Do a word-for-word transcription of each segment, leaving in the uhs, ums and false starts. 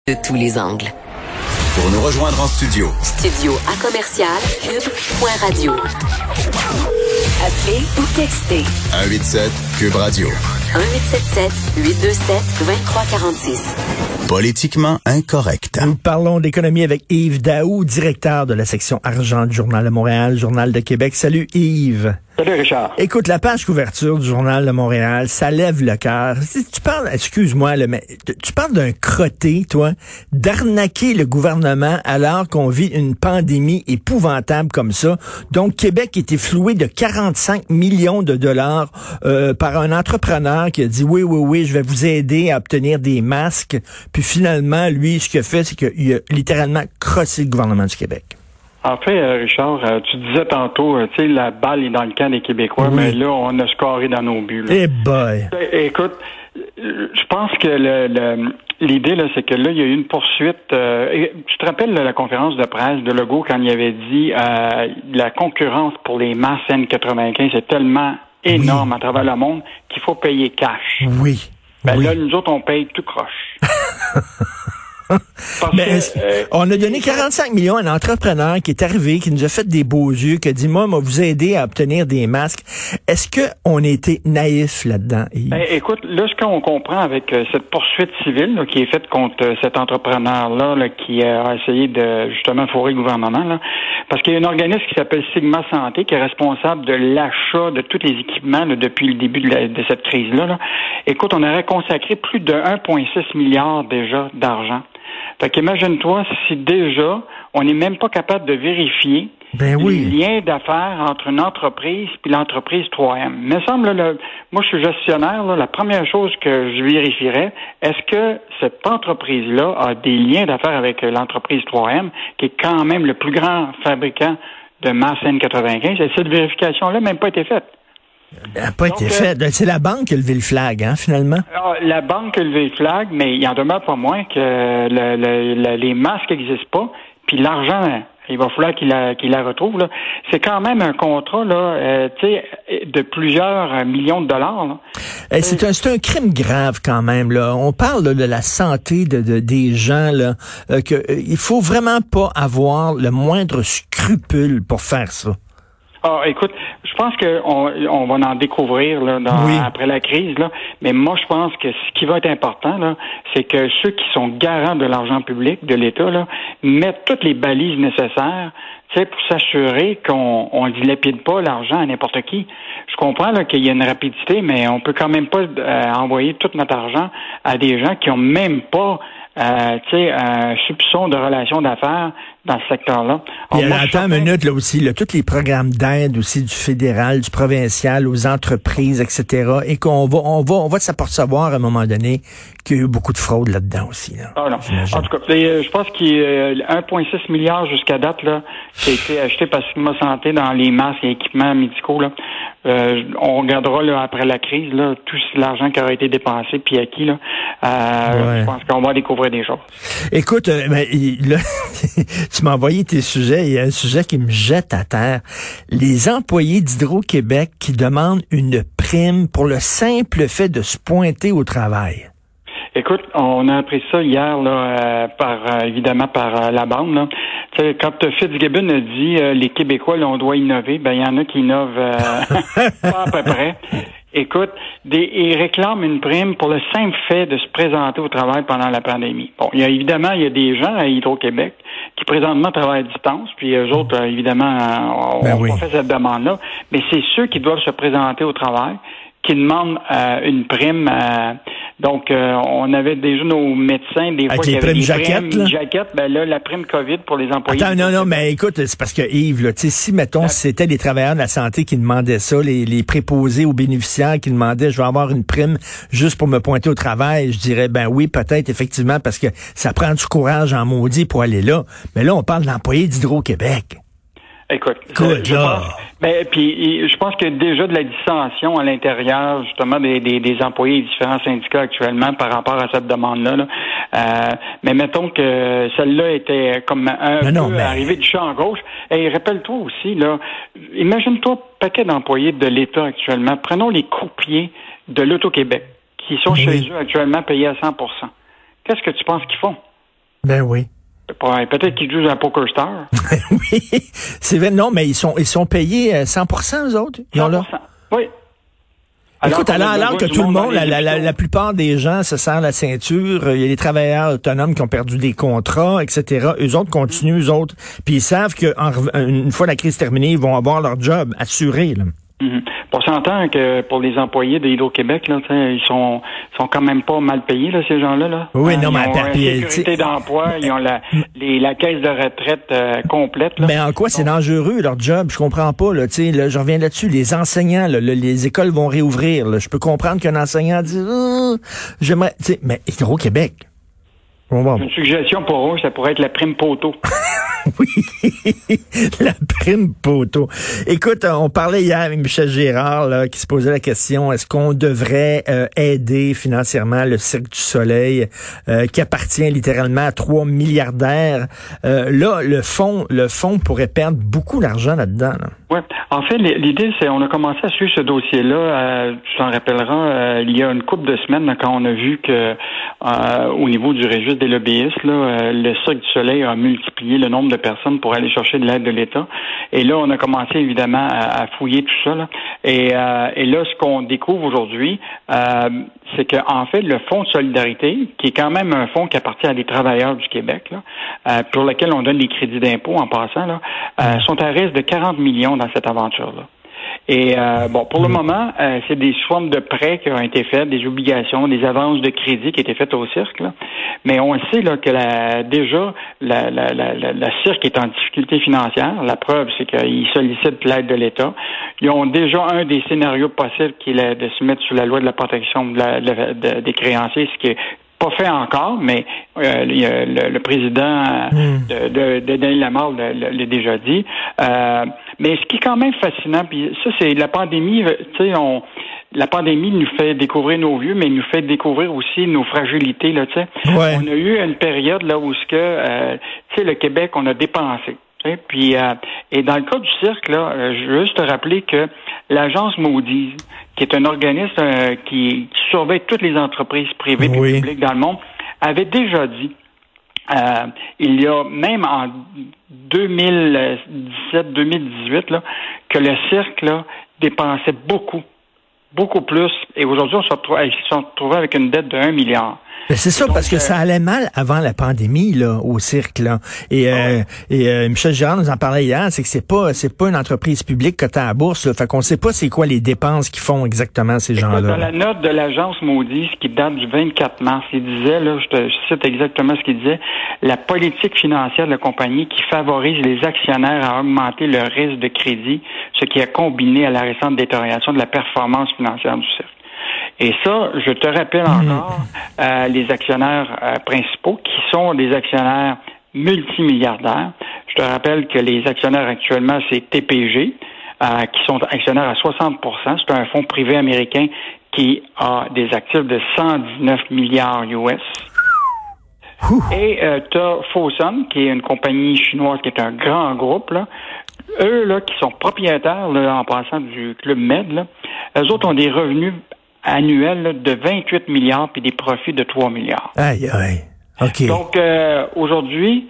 De tous les angles. Pour nous rejoindre en studio. Studio à commercial cube point radio. Appelez ou textez. un huit sept Cube Radio. un huit sept sept huit deux sept deux trois quatre six. Politiquement incorrect. Nous parlons d'économie avec Yves Daou, directeur de la section argent du Journal de Montréal, Journal de Québec. Salut Yves. Salut Richard. Écoute, la page couverture du Journal de Montréal, ça lève le cœur. Tu parles, excuse-moi, là, mais tu parles d'un crotté, toi, d'arnaquer le gouvernement alors qu'on vit une pandémie épouvantable comme ça. Donc, Québec était floué de quarante-cinq millions de dollars euh, par un entrepreneur qui a dit oui, oui, oui, je vais vous aider à obtenir des masques. Puis finalement, lui, ce qu'il a fait, c'est qu'il a littéralement crossé le gouvernement du Québec. En fait, Richard, tu disais tantôt, tu sais, la balle est dans le camp des Québécois, oui. Mais là, on a scoré dans nos buts. Eh boy! Écoute, je pense que le, le, l'idée, là, c'est que là, il y a eu une poursuite. Euh, tu te rappelles là, la conférence de presse de Legault quand il avait dit euh, la concurrence pour les masques N quatre-vingt-quinze est tellement énorme oui. à travers le monde qu'il faut payer cash. Oui. Ben oui. là, nous autres, on paye tout croche. Mais que, euh, on a donné quarante-cinq millions à un entrepreneur qui est arrivé, qui nous a fait des beaux yeux, qui a dit, moi, moi, vous aider à obtenir des masques. Est-ce qu'on a été naïf là-dedans, Yves? Ben, écoute, là, ce qu'on comprend avec euh, cette poursuite civile là, qui est faite contre euh, cet entrepreneur-là là, qui a essayé de, justement, fourrer le gouvernement, là, parce qu'il y a un organisme qui s'appelle Sigma Santé qui est responsable de l'achat de tous les équipements là, depuis le début de, la, de cette crise-là. Là. Écoute, on aurait consacré plus de un virgule six milliard déjà d'argent. Fait qu'imagine-toi si déjà, on n'est même pas capable de vérifier ben oui. les liens d'affaires entre une entreprise et l'entreprise trois M. Il me semble, là, moi je suis gestionnaire, là, la première chose que je vérifierais, est-ce que cette entreprise-là a des liens d'affaires avec l'entreprise trois M, qui est quand même le plus grand fabricant de masques N quatre-vingt-quinze, et cette vérification-là n'a même pas été faite. Elle n'a pas Donc, été faite. C'est la banque qui a levé le flag, hein, finalement? Alors, la banque a levé le flag, mais il en demeure pas moins que le, le, le, les masques n'existent pas, puis l'argent, il va falloir qu'il la, qu'il la retrouve. Là. C'est quand même un contrat là, euh, tu sais, de plusieurs millions de dollars. Là. Hey, c'est, un, c'est un crime grave quand même. Là. On parle là, de la santé de, de des gens. Là, euh, que, euh, il faut vraiment pas avoir le moindre scrupule pour faire ça. Ah, écoute, je pense qu'on on va en découvrir là, dans, oui. après la crise, là. Mais moi, je pense que ce qui va être important, là, c'est que ceux qui sont garants de l'argent public, de l'État, là, mettent toutes les balises nécessaires, tu sais, pour s'assurer qu'on on dilapide pas l'argent à n'importe qui. Je comprends là, qu'il y a une rapidité, mais on peut quand même pas euh, envoyer tout notre argent à des gens qui ont même pas Euh, tu sais, un soupçon de relation d'affaires dans ce secteur-là. Alors, moi, attends une minute, là aussi, là, tous les programmes d'aide aussi du fédéral, du provincial, aux entreprises, et cetera, et qu'on va, on va, on va s'apercevoir à un moment donné qu'il y a eu beaucoup de fraude là-dedans aussi. Là, ah non. En tout cas, je pense qu'il y a un virgule six milliard jusqu'à date là, qui a été acheté par Sigma Santé dans les masques et équipements médicaux. Là. Euh, on regardera là, après la crise là, tout l'argent qui aura été dépensé puis à qui. Là. Euh, ouais. Je pense qu'on va découvrir des choses. Écoute, euh, ben, là, tu m'as envoyé tes sujets. Il y a un sujet qui me jette à terre. Les employés d'Hydro-Québec qui demandent une prime pour le simple fait de se pointer au travail. Écoute, on a appris ça hier, là, euh, par euh, évidemment par euh, la bande. Là. Tu sais, quand Fitzgibbon a dit euh, les Québécois, là, on doit innover, ben il y en a qui innovent euh, pas à peu près. Écoute, des, ils réclament une prime pour le simple fait de se présenter au travail pendant la pandémie. Bon, il y a évidemment, il y a des gens à Hydro-Québec qui présentement travaillent à distance, puis eux autres, euh, évidemment, on n'a ben oui. pas fait cette demande-là, mais c'est ceux qui doivent se présenter au travail qui demandent euh, une prime. Euh, donc, euh, on avait déjà nos médecins, des Avec fois, qui avaient des jaquettes, primes jaquettes. Ben là, la prime COVID pour les employés. Attends, non, non, mais écoute, c'est parce que Yves, là, tu sais, si, mettons, si c'était les travailleurs de la santé qui demandaient ça, les, les préposés aux bénéficiaires qui demandaient, je vais avoir une prime juste pour me pointer au travail, je dirais, ben oui, peut-être, effectivement, parce que ça prend du courage en maudit pour aller là. Mais là, on parle d'employés d'Hydro-Québec. Écoute, Good, je pense, ben, puis je pense qu'il y a déjà de la dissension à l'intérieur, justement, des, des, des employés et différents syndicats actuellement par rapport à cette demande-là. Là. Euh, mais mettons que celle-là était comme un non, peu non, mais... arrivée du champ gauche. Et rappelle-toi aussi, là, imagine-toi un paquet d'employés de l'État actuellement. Prenons les croupiers de l'Auto-Québec qui sont oui. chez eux actuellement payés à cent pour cent. Qu'est-ce que tu penses qu'ils font? Ben oui. Peut-être qu'ils jouent à Poker Star. Oui, c'est vrai. Non, mais ils sont ils sont payés cent pour cent, eux autres. Ils ont là. Oui. Alors Écoute, alors, alors que tout le monde, la, la, la, la plupart des gens se serrent la ceinture, il y a des travailleurs autonomes qui ont perdu des contrats, et cetera. Eux autres continuent, eux autres, puis ils savent qu'une fois la crise terminée, ils vont avoir leur job assuré, là. Mm-hmm. On s'entend que pour les employés de Hydro-Québec, là, ils sont sont quand même pas mal payés, là, ces gens-là. Là. Oui, hein, non, ils mais ont une sécurité d'emploi, ils ont la, les, la caisse de retraite euh, complète. Là. Mais en quoi c'est dangereux, leur job? Je comprends pas. Là, là, je reviens là-dessus. Les enseignants, là, là, les écoles vont réouvrir. Là. Je peux comprendre qu'un enseignant dit oh, j'aimerais. Mais Hydro-Québec. Bon, bon. Une suggestion pour eux, ça pourrait être la prime poteau. Oui, la prime poteau. Écoute, on parlait hier avec Michel Gérard là, qui se posait la question, est-ce qu'on devrait euh, aider financièrement le Cirque du Soleil euh, qui appartient littéralement à trois milliardaires? Euh, là, le fonds le fonds pourrait perdre beaucoup d'argent là-dedans. Là. Oui. En fait, l'idée, c'est on a commencé à suivre ce dossier-là, euh, tu t'en rappelleras, euh, il y a une couple de semaines, là, quand on a vu que euh, au niveau du registre des lobbyistes, là, euh, le Cirque du Soleil a multiplié le nombre de personnes pour aller chercher de l'aide de l'État. Et là, on a commencé évidemment à, à fouiller tout ça. Là. Et, euh, et là, ce qu'on découvre aujourd'hui, euh, c'est qu'en fait, le Fonds de solidarité, qui est quand même un fonds qui appartient à des travailleurs du Québec, là, euh, pour lequel on donne des crédits d'impôt en passant, là, euh, sont à risque de quarante millions dans cette aventure-là. Et euh, bon, pour le moment, euh, c'est des formes de prêts qui ont été faites, des obligations, des avances de crédit qui ont été faites au cirque. Là. Mais on sait là que la, déjà la, la, la, la, la cirque est en difficulté financière. La preuve, c'est qu'ils sollicitent l'aide de l'État. Ils ont déjà un des scénarios possibles qui est de se mettre sous la loi de la protection de la, de, de, des créanciers, ce qui est pas fait encore, mais euh, le, le président mm. de, de, de Denis Lamarre l'a déjà dit. Euh, mais ce qui est quand même fascinant, puis ça, c'est la pandémie, tu sais, on la pandémie nous fait découvrir nos vieux, mais nous fait découvrir aussi nos fragilités, là, tu sais. Ouais. On a eu une période là où ce que euh, tu sais, le Québec, on a dépensé. Et puis euh, et dans le cas du cirque, là, euh, je veux juste te rappeler que l'agence Moody's, qui est un organisme euh, qui, qui surveille toutes les entreprises privées et oui. publiques dans le monde, avait déjà dit, euh, il y a même en deux mille dix-sept deux mille dix-huit, là, que le cirque là, dépensait beaucoup, beaucoup plus. Et aujourd'hui, on se retrouve, ils se sont retrouvés avec une dette de un milliard. Ben c'est ça, donc, parce que euh, ça allait mal avant la pandémie là au cirque là. Et, euh, ouais. et euh, Michel Gérard nous en parlait hier, c'est que c'est pas c'est pas une entreprise publique cotée à la bourse, là, fait qu'on sait pas c'est quoi les dépenses qu'ils font exactement ces gens-là. Dans la note de l'agence Moody's qui date du vingt-quatre mars, il disait là, je te cite exactement ce qu'il disait, la politique financière de la compagnie qui favorise les actionnaires à augmenter leur risque de crédit, ce qui a combiné à la récente détérioration de la performance financière du cirque. Et ça, je te rappelle encore euh, les actionnaires euh, principaux qui sont des actionnaires multimilliardaires. Je te rappelle que les actionnaires actuellement, c'est T P G, euh, qui sont actionnaires à soixante pour cent. C'est un fonds privé américain qui a des actifs de cent dix-neuf milliards U S. Ouh. Et euh, tu as Fosun, qui est une compagnie chinoise, qui est un grand groupe, là. Eux, là, qui sont propriétaires, là, en passant du Club Med, là, eux autres ont des revenus annuels là, de vingt-huit milliards puis des profits de trois milliards. Aïe, aïe. OK. Donc, euh, aujourd'hui,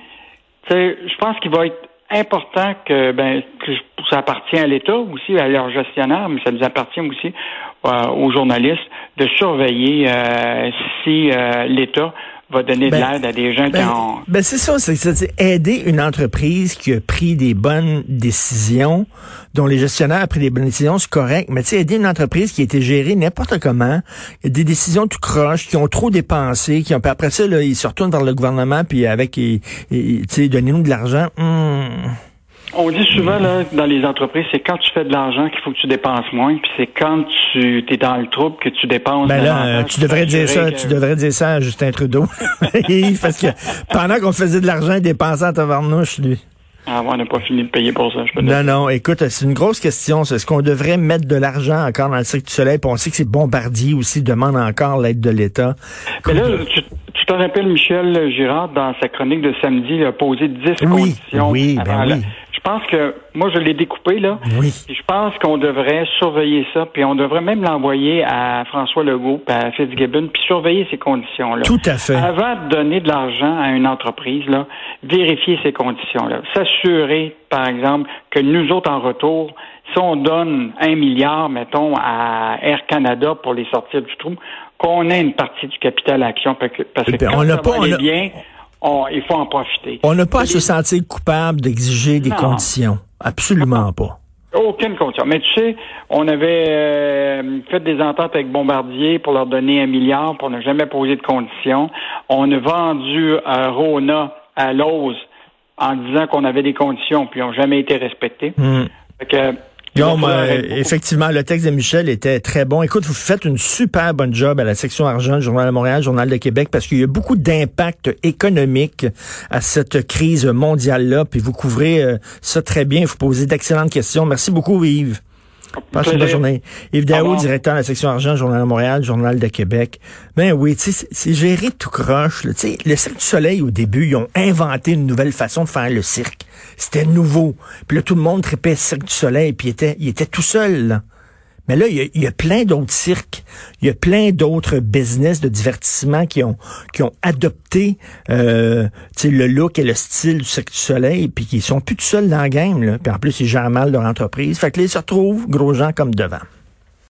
je pense qu'il va être important que, ben, que ça appartient à l'État aussi, à leurs gestionnaires, mais ça nous appartient aussi euh, aux journalistes de surveiller euh, si euh, l'État va donner ben, de l'aide à des gens ben, qui ont... Ben c'est ça, c'est, c'est aider une entreprise qui a pris des bonnes décisions, dont les gestionnaires ont pris des bonnes décisions, c'est correct, mais tu sais, aider une entreprise qui a été gérée n'importe comment, des décisions tout croche, qui ont trop dépensé, qui ont après ça, là, ils se retournent vers le gouvernement, puis avec, tu sais, donnez-nous de l'argent. Hum. On dit souvent là dans les entreprises, c'est quand tu fais de l'argent qu'il faut que tu dépenses moins, puis c'est quand tu es dans le trouble que tu dépenses. Ben là, euh, tu devrais dire ça, que... tu devrais dire ça à Justin Trudeau, parce que pendant qu'on faisait de l'argent, il dépensait en tabarnouche, lui. Ah, on n'a pas fini de payer pour ça, je peux Non, dire. non, écoute, c'est une grosse question. Est-ce qu'on devrait mettre de l'argent encore dans le Cirque du Soleil? Puis on sait que c'est Bombardier aussi demande encore l'aide de l'État. Mais là, tu, tu te rappelles Michel Girard, dans sa chronique de samedi, il a posé dix oui, conditions. Oui, ben avant oui. la... Je pense que, moi, je l'ai découpé, là. Oui. Puis je pense qu'on devrait surveiller ça, puis on devrait même l'envoyer à François Legault, puis à Fitzgibbon, puis surveiller ces conditions-là. Tout à fait. Avant de donner de l'argent à une entreprise, là, vérifier ces conditions-là. S'assurer, par exemple, que nous autres, en retour, si on donne un milliard, mettons, à Air Canada pour les sortir du trou, qu'on ait une partie du capital action, parce que, parce que ben, quand on ça n'a va pas, aller on a... bien, on, il faut en profiter. On n'a pas à les... se sentir coupable d'exiger des non. conditions. Absolument non. pas. Aucune condition. Mais tu sais, on avait euh, fait des ententes avec Bombardier pour leur donner un milliard, pour ne jamais poser de conditions. On a vendu euh, Rona à Lowe's en disant qu'on avait des conditions, puis ils n'ont jamais été respectées. Mm. Fait que, Non, mais, effectivement, le texte de Michel était très bon. Écoute, vous faites une super bonne job à la section argent du Journal de Montréal, Journal de Québec, parce qu'il y a beaucoup d'impact économique à cette crise mondiale-là, puis vous couvrez euh, ça très bien, vous posez d'excellentes questions. Merci beaucoup, Yves. Passe une bonne journée. Yves Daou, directeur de la section argent, Journal de Montréal, Journal de Québec. Ben oui, tu sais, c'est géré tout croche. Tu sais, le Cirque du Soleil, au début, ils ont inventé une nouvelle façon de faire le cirque. C'était nouveau. Puis là, tout le monde tripait Cirque du Soleil, puis il était, il était tout seul, là. Mais là, il y a, il y a plein d'autres cirques, il y a plein d'autres business de divertissement qui ont qui ont adopté euh, le look et le style du Cirque du Soleil, puis qui sont plus tout seuls dans la game, là. Puis en plus, ils gèrent mal leur entreprise. Fait que là, ils se retrouvent, gros gens, comme devant.